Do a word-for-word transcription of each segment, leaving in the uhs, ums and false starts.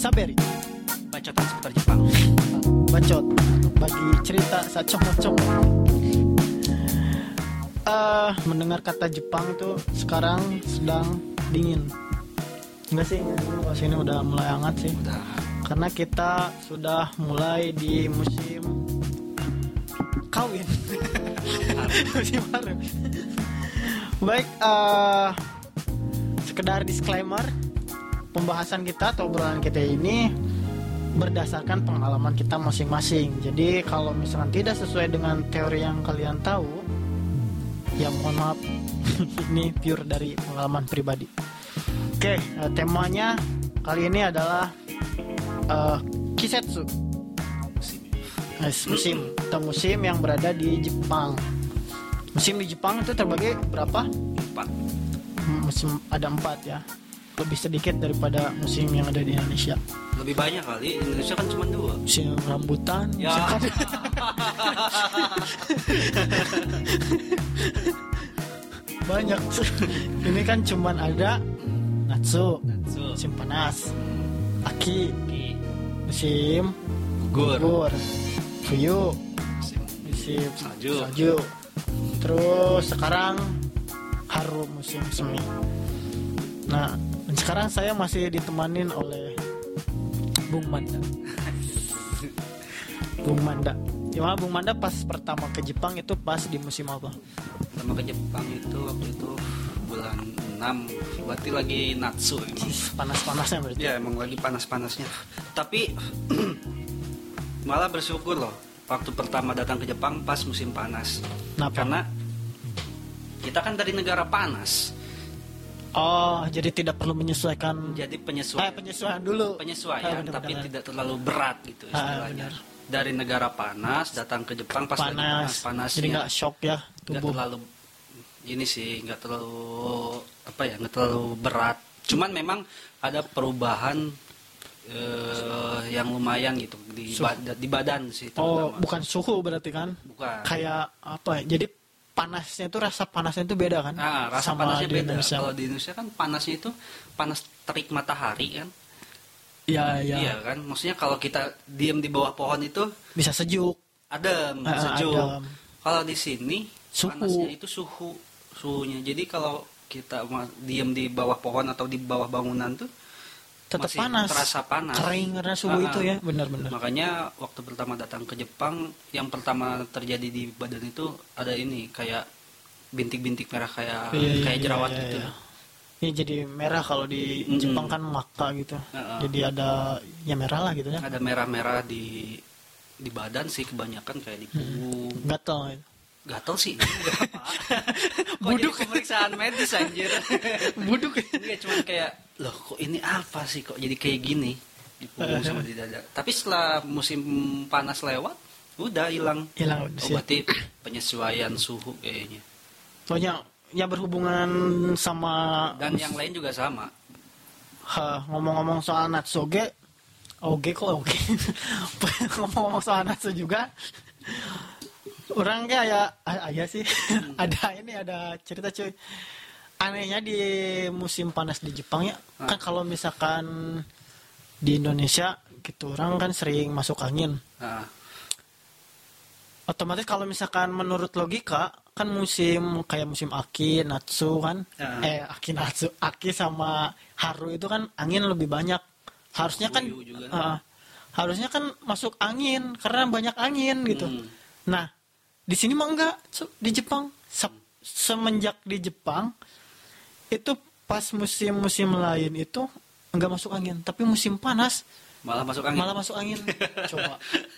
Saberi, bacotan seputar Jepang. bacot bagi cerita sacong-cong. Uh, mendengar kata Jepang itu sekarang sedang dingin. Enggak sih, kalau sini udah mulai hangat sih. Udah. Karena kita sudah mulai di musim kawin. Musim baru. Baik, uh, sekedar disclaimer, pembahasan kita atau obrolan kita ini berdasarkan pengalaman kita masing-masing. Jadi kalau misalkan tidak sesuai dengan teori yang kalian tahu, ya mohon maaf. Ini pure dari pengalaman pribadi. Oke, uh, temanya kali ini adalah uh, Kisetsu. Yes, musim atau musim yang berada di Jepang. Musim di Jepang itu terbagi berapa? Empat. Musim ada empat ya. Lebih sedikit daripada musim yang ada di Indonesia. Lebih banyak kali, Indonesia kan cuma dua. Musim rambutan, Ya. musim banyak. Ini kan cuman ada Natsu, Natsu. musim panas, Aki, Ki. musim Gugur. gugur, Fuyu, Musim musim salju. salju. Terus sekarang Haru, musim semi. Nah, dan sekarang saya masih ditemanin oleh Bung Manda. Bung Manda. Gimana Bung Manda pas pertama ke Jepang itu pas di musim apa? Pertama ke Jepang itu waktu itu bulan enam, berarti lagi Natsu emang. Panas-panasnya berarti. Ya emang lagi panas-panasnya. Tapi malah bersyukur loh waktu pertama datang ke Jepang pas musim panas. Kenapa? Karena kita kan dari negara panas. Oh, jadi tidak perlu menyesuaikan. Jadi Eh, penyesuaian penyesuaian dulu. penyesuaian Ah, benar, tapi benar. tidak terlalu berat gitu Ah, istilahnya. benar. Dari negara panas datang ke Jepang pas lagi Panas. panas-panasnya. Jadi nggak shock ya Nggak tubuh. terlalu ini sih nggak terlalu apa ya nggak terlalu berat. Cuman memang ada perubahan eh, yang lumayan gitu di, Suhu. bad- di badan sih. Oh, terutama. bukan suhu berarti kan? Bukan. Kayak apa ya? Jadi panasnya itu rasa panasnya itu beda kan? Nah, rasa Sama panasnya di beda. Indonesia. Kalau di Indonesia kan panasnya itu panas terik matahari kan. Iya, iya. Iya kan. Maksudnya kalau kita diem di bawah pohon itu Bisa sejuk. adem, Ah, sejuk. adem. Kalau di sini Suhu. panasnya itu suhu suhunya. Jadi kalau kita ma- diem di bawah pohon atau di bawah bangunan tuh Tetap masih panas. terasa panas. Kering karena suhu Ah, itu ya, benar-benar. Makanya waktu pertama datang ke Jepang, yang pertama terjadi di badan itu ada ini kayak bintik-bintik merah kayak Iya, iya, kayak iya, jerawat iya, gitu. iya. Ini jadi merah kalau di Mm-mm. Jepang kan maka gitu. Ah, ah. Jadi ada ya merah lah gitu ya. Ada merah-merah di di badan sih kebanyakan kayak di punggung. Gatal. Gatel sih. Kok Buduk. jadi pemeriksaan medis anjir. Buduk. Iya cuman kayak loh kok ini apa sih kok jadi kayak gini di punggung sama di dada. Tapi setelah musim panas lewat udah hilang. Hilang Oh, berarti penyesuaian suhu kayaknya. Pokoknya ya berhubungan sama Dan yang lain juga sama. ha, ngomong-ngomong soal Natsuge. Oke kok oke. Ngomong-ngomong soal Natsu juga. Orang kayak ah, ya sih. Ada ini ada cerita cuy. Anehnya di musim panas di Jepang ya, Ah. kan kalau misalkan di Indonesia gitu orang kan sering masuk angin. Nah, Otomatis kalau misalkan menurut logika kan musim kayak musim Aki, Natsu kan, Ah. eh Aki Natsu, Aki sama Haru itu kan angin lebih banyak. Harusnya kan, Fuyu juga. uh, harusnya kan masuk angin karena banyak angin gitu. Hmm. Nah di sini mah enggak, Su. Di Jepang Se- semenjak di Jepang itu pas musim-musim lain itu enggak masuk angin, tapi musim panas malah masuk angin. malah masuk angin. Coba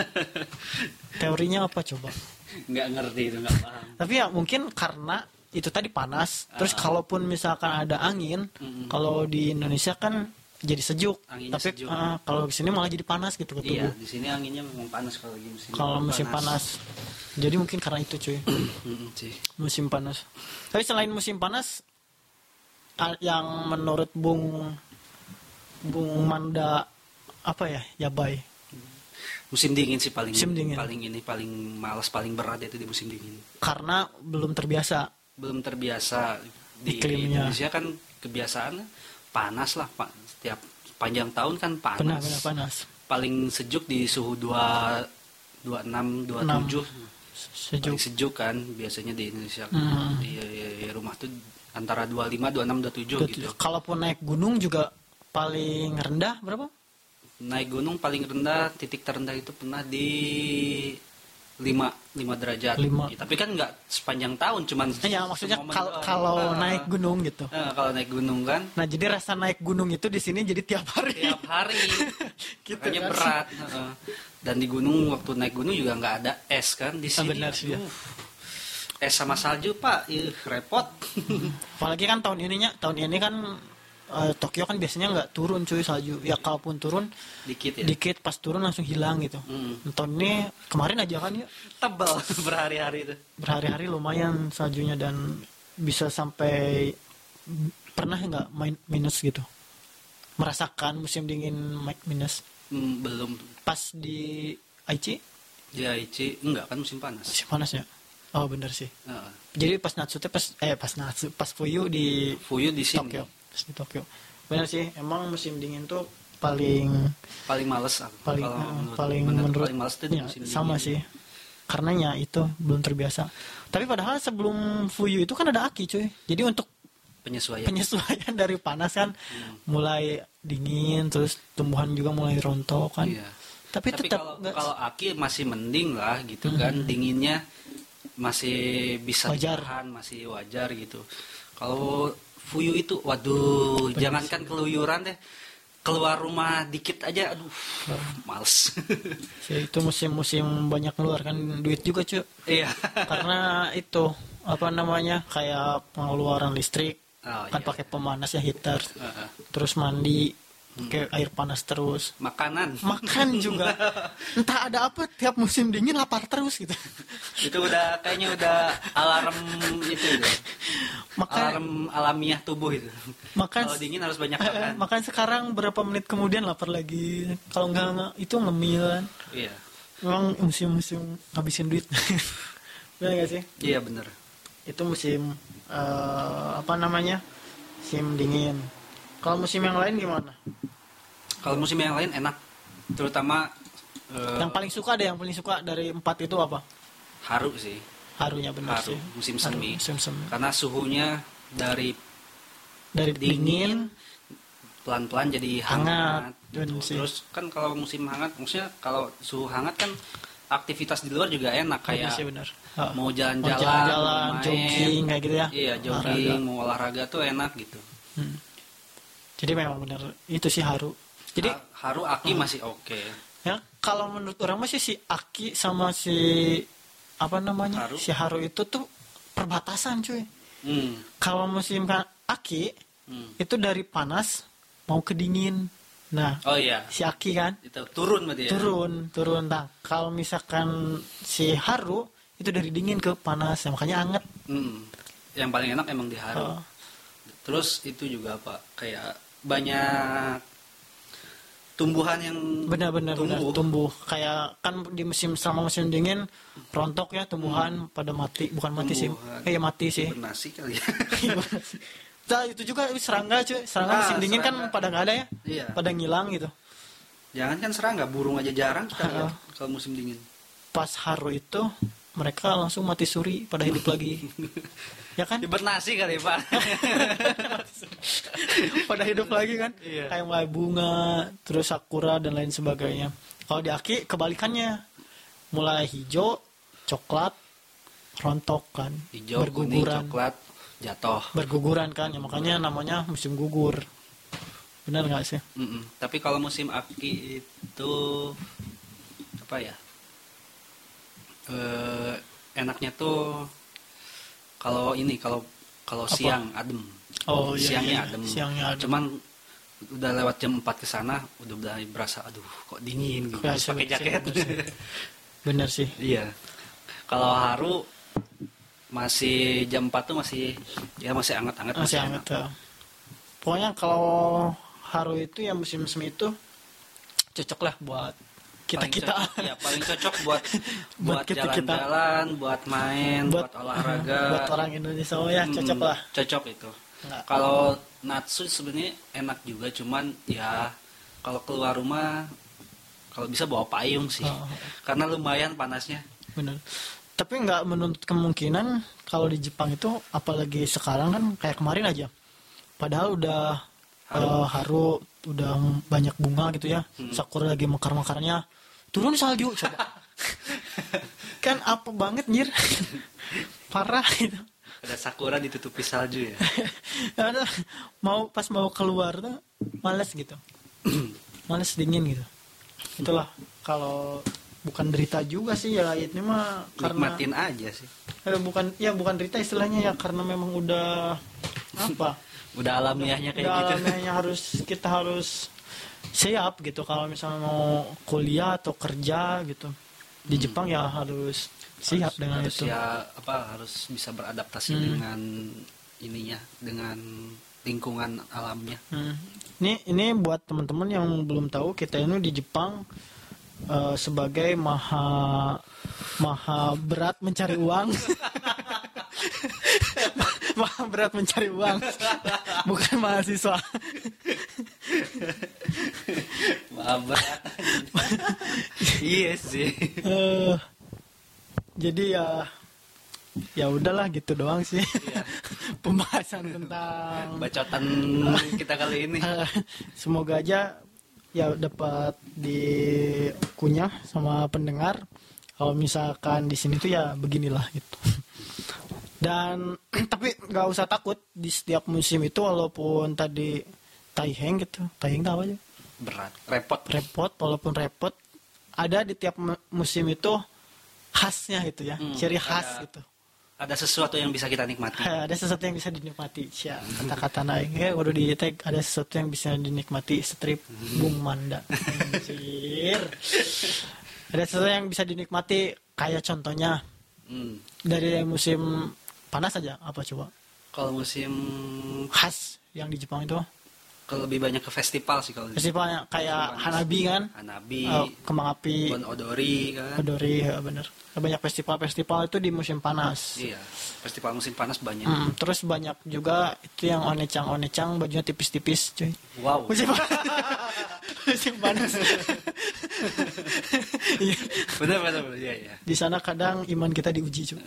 teorinya apa coba? Nggak ngerti itu nggak paham. Tapi ya mungkin karena itu tadi panas. Terus Ah. kalaupun misalkan ada angin, Mm-mm. kalau di Indonesia kan jadi sejuk. Anginnya Tapi sejuk. ah, kalau di sini malah jadi panas gitu ke Iya, tubuh. di sini anginnya memang panas kalau lagi musim Kalau musim panas. Jadi mungkin karena itu cuy, Mm-mm, sih. musim panas. Tapi selain musim panas, a- yang menurut Bung Bung Manda apa ya, Yabai. Musim dingin sih paling Musim dingin. paling ini paling malas paling berat itu di musim dingin. Karena belum terbiasa. Belum terbiasa di Iklimnya. Indonesia kan kebiasaan panas lah Pak. Setiap sepanjang tahun kan panas. Benar-benar panas. Paling sejuk di suhu dua dua enam dua tujuh Sejuk. paling sejuk kan biasanya di Indonesia. Hmm. Di, di rumah tuh antara dua lima dua enam dua tujuh gitu. Kalaupun naik gunung juga paling rendah berapa? Naik gunung paling rendah, titik terendah itu pernah di lima derajat. lima. Ya, tapi kan nggak sepanjang tahun, cuman Ya maksudnya semomen kal- doang. kalau Ah, naik gunung gitu. ah, kalau naik gunung kan Nah jadi rasa naik gunung itu di sini jadi tiap hari. tiap hari Gitu makanya kan. berat. Heeh. Dan di gunung waktu naik gunung juga nggak ada es kan di Ah, sini. benar sih, ya. Aduh. Es sama salju pak, ih repot. Apalagi kan tahun ininya, tahun ini kan eh, Tokyo kan biasanya nggak turun cuy salju. Ya kalaupun turun Dikit ya. dikit, pas turun langsung hilang gitu. Hmm. Tahun ini kemarin aja kan ya Tebal berhari-hari itu. berhari-hari lumayan saljunya dan bisa sampai pernah nggak main minus gitu, merasakan musim dingin mi- minus Hmm, belum. pas di Aichi Ya Ichi enggak kan musim panas. musim panas ya. Oh bener sih. Heeh. Jadi pas Natsu teh pas eh pas Natsu pas Fuyu di Fuyu di sini. Tokyo, pas di Tokyo. Bener sih, emang musim dingin tuh paling Paling males aku. paling Kalau eh, menurut, paling menurut, menurut paling males tuh di ya, musim sama dingin. sih. Karenanya itu belum terbiasa. Tapi padahal sebelum Fuyu itu kan ada Aki cuy. Jadi untuk Penyesuaian. penyesuaian dari panas kan mulai dingin, terus tumbuhan juga mulai rontok kan. Iya. Tapi, Tapi tetap kalau nggak kalau Aki masih mending lah gitu kan, dinginnya masih bisa Wajar. ditahan, masih wajar gitu. Kalau Fuyu itu waduh, Benar jangankan keluyuran deh. Keluar rumah dikit aja aduh, males. sih, itu musim-musim banyak mengeluarkan duit juga cuy. Iya. Karena itu apa namanya kayak pengeluaran listrik Oh, kan iya. pakai pemanas ya heater, Heeh. terus mandi kayak air panas terus, Makanan. makan juga entah ada apa tiap musim dingin lapar terus gitu. Itu udah kayaknya udah alarm itu udah. Makan Alarm alamiah tubuh itu. makan Kalau dingin harus banyak eh, eh, makan. makan sekarang berapa menit kemudian lapar lagi, kalau enggak enggak, itu ngemil kan. Iya. Memang musim-musim ngabisin duit. Bener gak sih? Iya bener. Itu musim eh, apa namanya musim dingin. Kalau musim yang lain gimana? Kalau musim yang lain enak, terutama eh, Yang paling suka deh, yang paling suka dari empat itu apa? haru sih, Harunya benar haru sih. musim Haru, semi. musim semi. Karena suhunya dari Dari dingin, dingin pelan-pelan jadi Hangat, hangat. dan gitu. sih. Terus kan kalau musim hangat, maksudnya kalau suhu hangat kan aktivitas di luar juga enak kayak kayak sih benar. Ah, mau mau jalan-jalan, jalan-jalan, mau main, jogging kayak gitu ya. iya jogging, mau olahraga tuh enak gitu. Hmm. Jadi memang benar itu sih haru. Jadi Ha- haru Aki masih oke. ya kalau menurut orang masih si Aki sama si apa namanya Haru. si Haru itu tuh perbatasan cuy. Hmm. Kalau musim ka- Aki Hmm. itu dari panas mau ke dingin. Nah Oh iya, si Aki kan itu turun berarti ya. turun turun. Nah kalau misalkan si Haru itu dari dingin ke panas, ya, makanya anget. Hmm. Yang paling enak emang di haru. Oh. Terus itu juga apa? Kayak banyak tumbuhan yang Benar-benar benar, tumbuh. tumbuh kayak kan di musim selama musim dingin rontok ya tumbuhan pada mati, bukan mati sih, Tumbuhan. eh ya mati sih. Bernasi kali ya. Nah, itu juga serangga cuy, serangga Ah, musim dingin kan serangga. pada nggak ada ya, Iya. pada ngilang gitu. Jangan kan serangga, burung aja jarang kita lihat kalau musim dingin. Pas haru itu mereka langsung mati suri pada hidup lagi, ya kan? Hibernasi kali Pak. Pada hidup lagi kan, Iya. kayak mulai bunga, terus sakura dan lain sebagainya. Kalau di Aki kebalikannya, mulai hijau, coklat, rontok kan, Hijau, kuning, berguguran, coklat, jatuh. berguguran kan, ya makanya namanya musim gugur. Benar nggak sih? Mm-mm. Tapi kalau musim Aki itu apa ya? Eh, enaknya tuh kalau ini kalau kalau Apa? siang adem. Oh iya, Siangnya iya, adem. siangnya adem. Cuman udah lewat jam empat ke sana udah mulai berasa aduh kok dingin gitu. Harus Kerasa pakai sih, jaket. bener sih. Bener sih. Iya. Kalau haru masih jam empat tuh masih ya masih hangat-hangat Masih enak. hangat ya. Pokoknya kalau haru itu ya musim semi itu cocok lah buat kita Paling kita. cocok, ya paling cocok buat buat kita-kita. jalan-jalan, buat main, buat, buat olahraga. buat orang Indonesia oh ya cocok Hmm, lah. Cocok itu. Nggak. Kalau Natsu sebenarnya enak juga, cuman ya kalau keluar rumah kalau bisa bawa payung sih. Oh. Karena lumayan panasnya. Benar. Tapi nggak menuntut kemungkinan kalau di Jepang itu, apalagi sekarang kan kayak kemarin aja. Padahal udah haru, uh, haru udah banyak bunga gitu ya. Hmm. Sakura lagi mekar-mekarnya. Turun salju coba. Kan apa banget nyir. Parah gitu. Ada sakura ditutupi salju ya. Ada mau pas mau keluar tuh males gitu. Males dingin gitu. Itulah kalau bukan derita juga sih ya, ini mah karena nikmatin aja sih. Eh, bukan ya bukan derita istilahnya ya, karena memang udah apa? Udah alamiahnya kayak udah gitu. Alamiahnya harus kita harus siap gitu kalau misalnya mau kuliah atau kerja gitu. Di hmm. Jepang ya harus siap harus, dengan harus itu. Ya apa harus bisa beradaptasi hmm. dengan ininya, dengan lingkungan alamnya. Hmm. Ini ini buat teman-teman yang belum tahu, kita ini di Jepang Uh, sebagai maha maha berat mencari uang. Maha berat mencari uang, bukan mahasiswa. Maha berat. Iya sih. Uh, jadi ya ya udahlah gitu doang sih. Iya. Pembahasan tentang bacotan kita kali ini. Uh, semoga aja ya dapat dikunyah sama pendengar. Kalau misalkan di sini tuh ya beginilah gitu. Dan tapi nggak usah takut di setiap musim itu, walaupun tadi taiheng gitu, taiheng apa aja? Berat, repot, repot, walaupun repot, ada di tiap musim itu khasnya gitu ya, hmm, ciri khas ada, gitu. Ada sesuatu yang bisa kita nikmati. Ada sesuatu yang bisa dinikmati. Cia, kata-kata naik ya, udah di tag, ada sesuatu yang bisa dinikmati. Strip Bung Manda. Anjir. Ada sesuatu yang bisa dinikmati, kayak contohnya hmm. dari musim panas aja apa coba? Kalau musim khas yang di Jepang itu? Kalau lebih banyak ke festival sih kalau. Festivalnya kayak Hanabi kan? Hanabi, oh, kembang api, Bon Odori kan? Odori, ya bener. Banyak festival-festival itu di musim panas. Iya, festival musim panas banyak. Hmm, terus banyak juga itu yang onecang-onecang, bajunya tipis-tipis, cuy. Wow. Musim panas. Musim panas. Benar, benar, benar. Iya, iya. Di sana kadang iman kita diuji, cuy.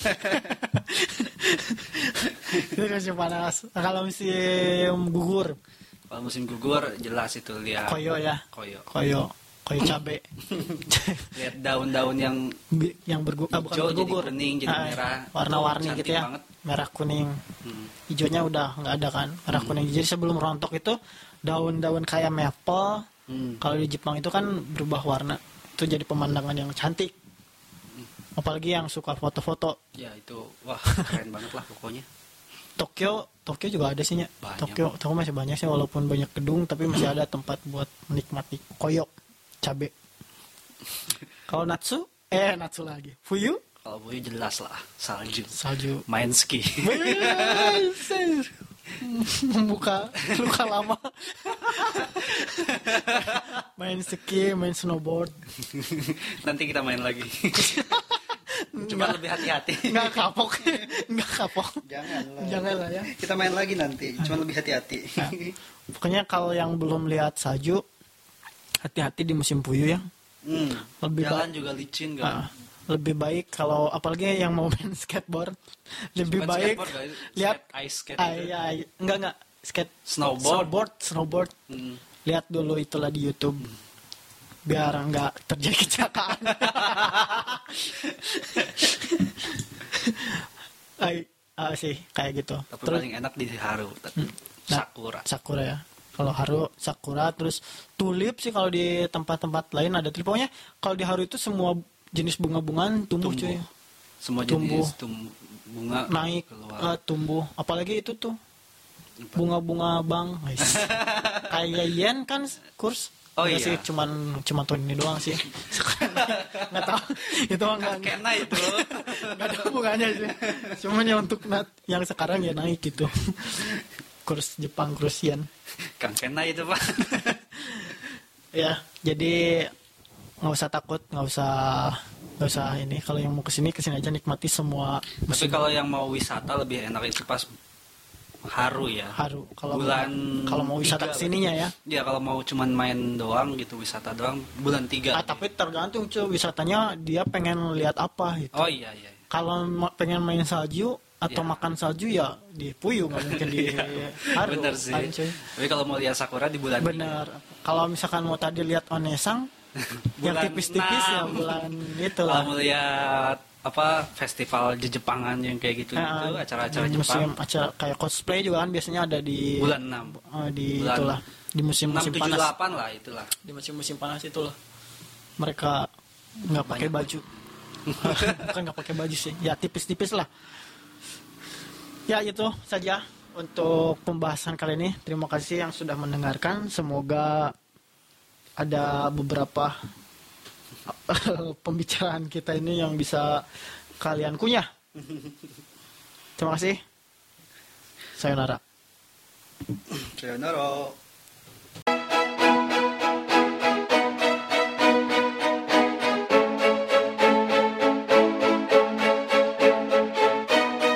Itu musim panas. Nah, kalau musim gugur. Kalau musim gugur jelas itu lihat koyo ya. Koyo. Koyo. Koyo cabe. Lihat daun-daun yang yang bergu ah, bukan bergugur, jadi kuning, jadi ah, merah. Warna-warni gitu ya. Banget. Merah kuning. Hmm. Hijaunya udah nggak ada kan. Merah hmm. kuning. Jadi sebelum rontok itu daun-daun kayak maple. Hmm. Kalau di Jepang itu kan berubah warna. Itu jadi pemandangan yang cantik. Hmm. Apalagi yang suka foto-foto. Ya itu wah keren banget lah pokoknya. Tokyo, Tokyo juga ada sih ya. Tokyo, Tokyo masih banyak sih walaupun banyak gedung, tapi masih ada tempat buat menikmati koyo, cabe. Kalau Natsu, eh Natsu lagi. Fuyu? Kalau Fuyu jelas lah, salju. Salju. Main ski. Membuka luka lama. Main ski, main snowboard. Nanti kita main lagi. Cuma lebih hati-hati. Nggak kapok. Nggak kapok. Janganlah. Janganlah ya. Kita main lagi nanti. Cuma lebih hati-hati. Nah, pokoknya kalau yang belum lihat salju, hati-hati di musim puyuh ya. Hmm. Lebih jalan ba- juga licin kan. Uh, lebih baik kalau apalagi yang mau main skateboard, lebih Bukan baik skateboard, lihat skate, ice skate. Ay, ay, enggak enggak skate. Snowboard. Snowboard. Snowboard. Hmm. Lihat dulu itulah di YouTube. Hmm. Biar enggak terjadi kecelakaan. Ay, uh, sih kayak gitu. Tapi terus, paling enak di Haru. Hmm. Sakura. Nah, Sakura ya. Kalau Haru, Sakura, terus tulip sih kalau di tempat-tempat lain ada tulip. Pokoknya kalau di Haru itu semua jenis bunga-bungaan tumbuh, tumbuh. cuy. Semua tumbuh. jenis tum- bunga naik, uh, tumbuh. Apalagi itu tuh bunga-bunga bang. Kayak yen kan kurs. Oh iya iya. sih, cuman cuma tahun ini doang sih. Nggak tahu. Itu enggak. Kena itu. Nggak ada hubungannya sih. Cuman ya untuk nat yang sekarang ya naik gitu. Kurs Jepang, kurs yen. Kang kena itu pak. Ya, jadi nggak usah takut, nggak usah nggak usah ini. Kalau yang mau kesini kesini aja, nikmati semua. Tapi kalau yang mau wisata lebih enak itu pas haru ya. Haru kalau bulan kalau mau wisata tiga, kesininya ya. Ya kalau mau cuman main doang gitu, wisata doang bulan tiga. Ah, tapi tergantung cuy wisatanya dia pengen lihat apa gitu. Oh iya iya. Kalau ma- pengen main salju atau Ya. makan salju ya di Puyuh, nggak mungkin di Haru. Bener sih. kan, cuy. Tapi kalau mau lihat sakura di bulan Bener. Kalau misalkan mau tadi lihat onesang yang Bulan tipis-tipis ya enam. bulan itu Kalau lah. mau lihat apa festival Jepangan yang kayak gitu gitu Eh, acara-acara di Jepang musim acara kayak cosplay juga kan biasanya ada di bulan enam. eh, di Bulan itulah di enam musim-musim tujuh panas. delapan lah itulah. Di musim-musim panas itulah mereka nggak pakai Banyak. baju. Bukan nggak pakai baju sih, ya tipis-tipis lah. Ya itu saja untuk pembahasan kali ini. Terima kasih yang sudah mendengarkan. Semoga ada beberapa pembicaraan kita ini yang bisa kalian kunyah. Terima kasih. Sayonara. Sayonara.